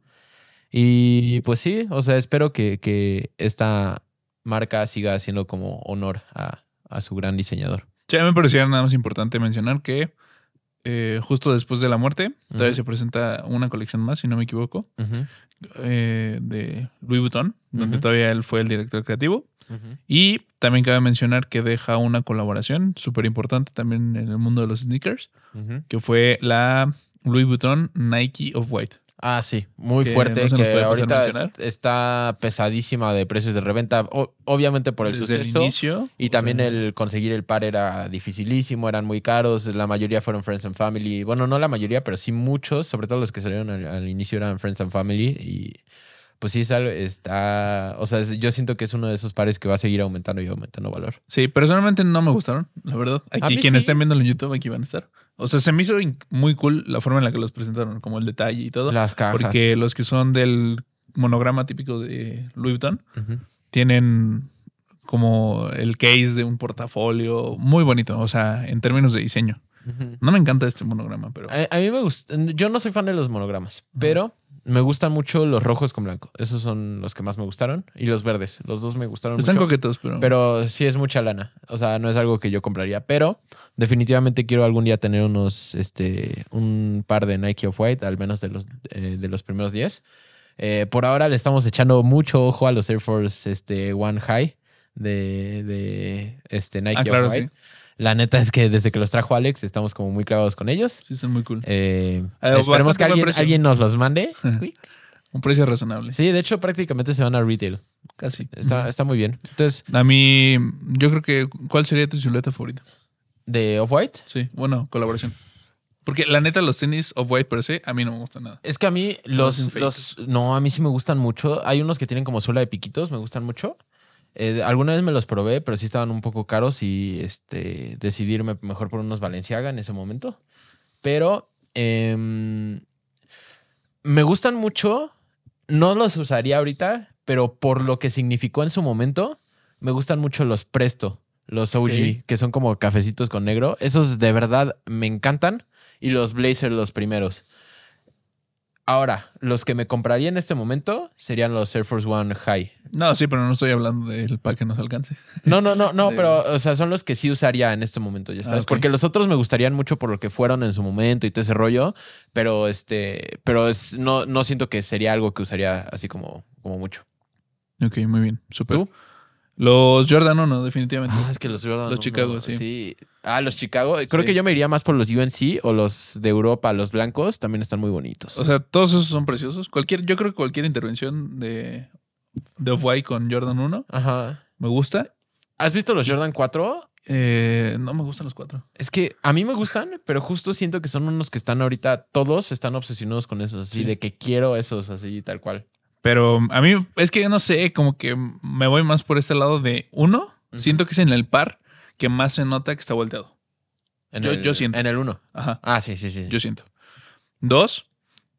Y pues sí, o sea, espero que, que esta marca siga haciendo como honor a, a su gran diseñador. Sí, a mí me parecía nada más importante mencionar que eh, justo después de la muerte todavía Ujú. se presenta una colección más, si no me equivoco, Ujú, eh, de Louis Vuitton, donde Ujú. todavía él fue el director creativo. ujú. Y también cabe mencionar que deja una colaboración súper importante también en el mundo de los sneakers, Ujú. que fue la Louis Vuitton Nike Off-White. Ah, sí, muy Que fuerte, no se nos que puede pasar ahorita mencionar. est- está pesadísima de precios de reventa, o- obviamente por el Desde suceso. el inicio. Y o también sea, el conseguir el par era dificilísimo, eran muy caros, la mayoría fueron Friends and Family. Bueno, no la mayoría, pero sí muchos, sobre todo los que salieron al, al inicio eran Friends and Family. Y pues sí, es algo- está, o sea, es- yo siento que es uno de esos pares que va a seguir aumentando y aumentando valor. Sí, personalmente no me gustaron, la verdad. A Aquí mí quienes sí. estén viéndolo en YouTube, aquí van a estar. O sea, se me hizo in- muy cool la forma en la que los presentaron, como el detalle y todo. Las cajas. Porque los que son del monograma típico de Louis Vuitton Ujú. tienen como el case de un portafolio muy bonito, o sea, en términos de diseño. Ujú. No me encanta este monograma, pero A, a mí me gusta, yo no soy fan de los monogramas, pero me gustan mucho los rojos con blanco. Esos son los que más me gustaron. Y los verdes, los dos me gustaron están mucho. coquetos, pero, Pero sí es mucha lana. O sea, no es algo que yo compraría. Pero definitivamente quiero algún día tener unos, este, un par de Nike Off-White, al menos de los, eh, de los primeros diez. Eh, por ahora le estamos echando mucho ojo a los Air Force este, One High de, de este, Nike Ah, claro, Off-White. sí. La neta es que desde que los trajo Alex estamos como muy clavados con ellos. Sí, son muy cool. Eh, Eh, esperemos bastante que buen alguien, precio. alguien nos los mande. Un precio razonable. Sí, de hecho prácticamente se van a retail. Casi. Está, Ujú. está muy bien. Entonces, A mí, yo creo que, ¿cuál sería tu silueta favorita? de Off-White. Sí, bueno, colaboración. Porque la neta, los tenis Off-White per se, a mí no me gustan nada. Es que a mí hacen los, feitos. los... No, a mí sí me gustan mucho. Hay unos que tienen como suela de piquitos, me gustan mucho. Eh, alguna vez me los probé, pero sí estaban un poco caros y este, decidirme mejor por unos Balenciaga en ese momento. Pero em, me gustan mucho. No los usaría ahorita, pero por lo que significó en su momento, me gustan mucho los Presto, los O G, Ok. que son como cafecitos con negro. Esos de verdad me encantan. Y los Blazer, los primeros. Ahora, los que me compraría en este momento serían los Air Force One High. No, sí, pero no estoy hablando del para que nos alcance. No, no, no, no, De- pero, o sea, son los que sí usaría en este momento, ya sabes. Ah, ok. Porque los otros me gustarían mucho por lo que fueron en su momento y todo ese rollo, pero este, pero es, no, no siento que sería algo que usaría así como, como mucho. Ok, muy bien. Súper. ¿Tú? Los Jordan uno, definitivamente. Ah, es que los Jordan Los uno, Chicago, sí. Ah, los Chicago. Creo Sí. que yo me iría más por los U N C o los de Europa, los blancos, también están muy bonitos. O sea, todos esos son preciosos. Cualquier, yo creo que cualquier intervención de, de Off-White con Jordan uno Ajá. me gusta. ¿Has visto los Jordan cuatro? Eh, no me gustan los cuatro. Es que a mí me gustan, pero justo siento que son unos que están ahorita, todos están obsesionados con esos, así Sí. de que quiero esos, así tal cual. Pero a mí es que no sé, como que me voy más por este lado de uno. Ujú. Siento que es en el par que más se nota que está volteado. En Yo- el, yo siento. En el uno. Ajá, Ah, sí, sí, sí. yo siento. Dos,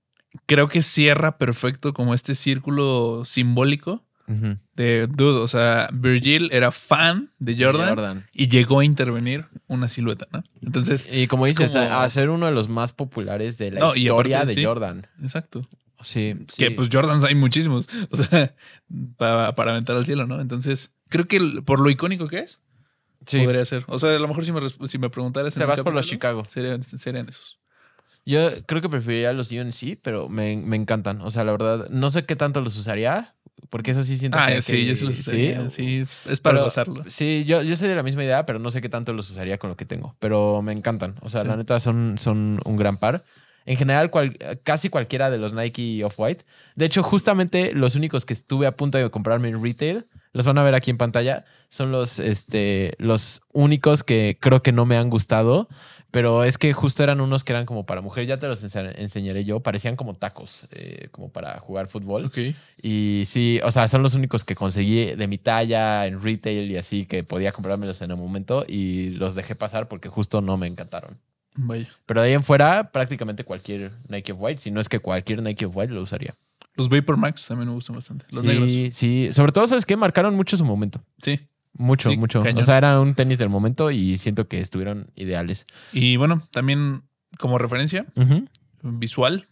creo que cierra perfecto como este círculo simbólico Ujú. de dude. O sea, Virgil era fan de Jordan, Jordan. y llegó a intervenir una silueta, ¿no? Entonces, Y como es dices, como- a, a ser uno de los más populares de la No, y historia aparte, de sí. Jordan. exacto. Sí, sí. Que pues Jordans hay muchísimos. O sea, para, para aventar al cielo, ¿no? Entonces, creo que el- por lo icónico que es, Sí. podría ser. O sea, a lo mejor si me, res- si me preguntaras. en Te un vas por los capítulo, Chicago. Serían, serían esos. Yo creo que preferiría los U N C, pero me, me encantan. O sea, la verdad, no sé qué tanto los usaría, porque eso sí siento Ah, que... sí, que- yo sí los usaría. Sí, es para Pero- gozarlo. Sí, yo, yo soy de la misma idea, pero no sé qué tanto los usaría con lo que tengo. Pero me encantan. O sea, Sí. la neta son, son un gran par. En general, cual- casi cualquiera de los Nike Off-White. De hecho, justamente los únicos que estuve a punto de comprarme en retail, los van a ver aquí en pantalla, son los, este, los únicos que creo que no me han gustado. Pero es que justo eran unos que eran como para mujer. Ya te los ense- enseñaré yo. Parecían como tacos, eh, como para jugar fútbol. Ok. Y sí, o sea, son los únicos que conseguí de mi talla en retail y así que podía comprármelos en el momento y los dejé pasar porque justo no me encantaron. Vaya. Pero de ahí en fuera, prácticamente cualquier Nike Off-White, si no es que cualquier Nike Off-White lo usaría. Los Vapor Max también me gustan bastante. Los sí, negros. sí. Sobre todo, ¿sabes qué? Marcaron mucho su momento. Sí. Mucho, Sí, mucho. cañón. O sea, era un tenis del momento y siento que estuvieron ideales. Y bueno, también como referencia Ujú. visual,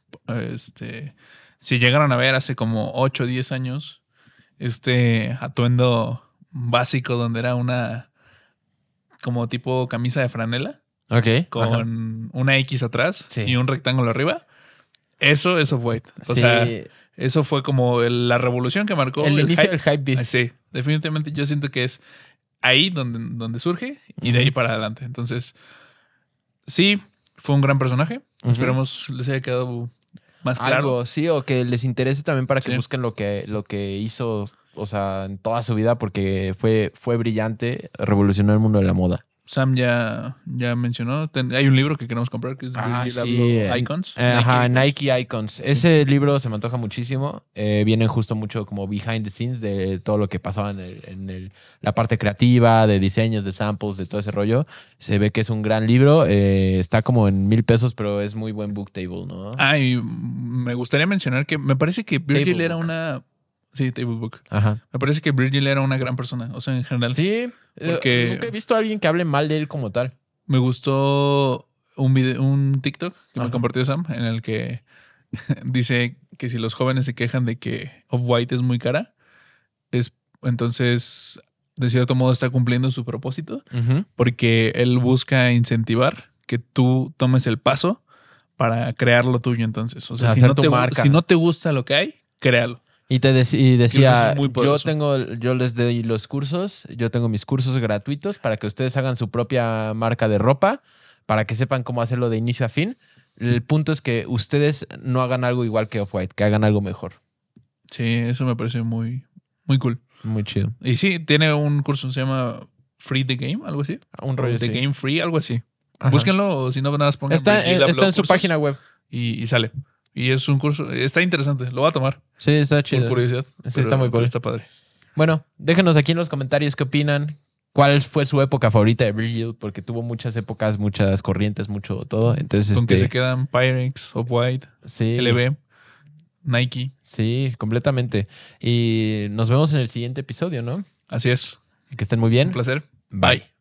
este, si llegaron a ver hace como ocho o diez años este atuendo básico donde era una como tipo camisa de franela Ok. con ajá. una X atrás Sí. y un rectángulo arriba. Eso es Off-White. O Sí, sea, eso fue como el- la revolución que marcó el, inicio hype. del hype beast. Ah, sí, definitivamente yo siento que es ahí donde, donde surge y de ahí Ujú. para adelante. Entonces, sí, fue un gran personaje. Ujú. Esperemos les haya quedado más claro. Algo, sí, o que les interese también para que Sí. busquen lo que, lo que hizo, o sea, en toda su vida, porque fue, fue brillante, revolucionó el mundo de la moda. Sam ya, ya mencionó. ten- hay un libro que queremos comprar que es Ah, Virgil sí, Abloh eh, Icons. Ajá, Icons. Nike Icons. Ese libro se me antoja muchísimo. Eh, vienen justo mucho como behind the scenes de todo lo que pasaba en, el, en el- la parte creativa, de diseños, de samples, de todo ese rollo. Se ve que es un gran libro. Eh, está como en mil pesos, pero es muy buen book table, ¿no? Ah, y me gustaría mencionar que me parece que Virgil Table era book. una. Sí, Table Book. Ajá. Me parece que Virgil era una gran persona. O sea, en general. Sí, eh, Porque- nunca he visto a alguien que hable mal de él como tal. Me gustó un video, un TikTok que me Ajá. compartió Sam en el que dice que si los jóvenes se quejan de que Off-White es muy cara, es entonces de cierto modo está cumpliendo su propósito Ujú. porque él busca incentivar que tú tomes el paso para crear lo tuyo entonces. O sea, si Hacer no, tu te, gu- marca. si no te gusta lo que hay, créalo. Y te dec- y decía, muy yo poderoso. tengo, yo les doy los cursos, yo tengo mis cursos gratuitos para que ustedes hagan su propia marca de ropa, para que sepan cómo hacerlo de inicio a fin. El punto es que ustedes no hagan algo igual que Off-White, que hagan algo mejor. Sí, eso me parece muy, muy cool. Muy chido. Y sí, tiene un curso, se llama Free the Game, algo así. Un rollo O The así. Game Free, algo así. Ajá. Búsquenlo o si no, nada más pongan Está, Break It Up está Law en su cursos página web. Y, y sale. Y es un curso, está interesante, lo voy a tomar. Sí, está Por chido. curiosidad. Sí, pero- está muy pero cool. Está padre. Bueno, déjenos aquí en los comentarios qué opinan. ¿Cuál fue su época favorita de Virgil? Porque tuvo muchas épocas, muchas corrientes, mucho todo. Entonces, Con que este, se quedan Pyrex, Off-White, sí, L B, Nike. sí, completamente. Y nos vemos en el siguiente episodio, ¿no? Así es. Que estén muy bien. Un placer. Bye.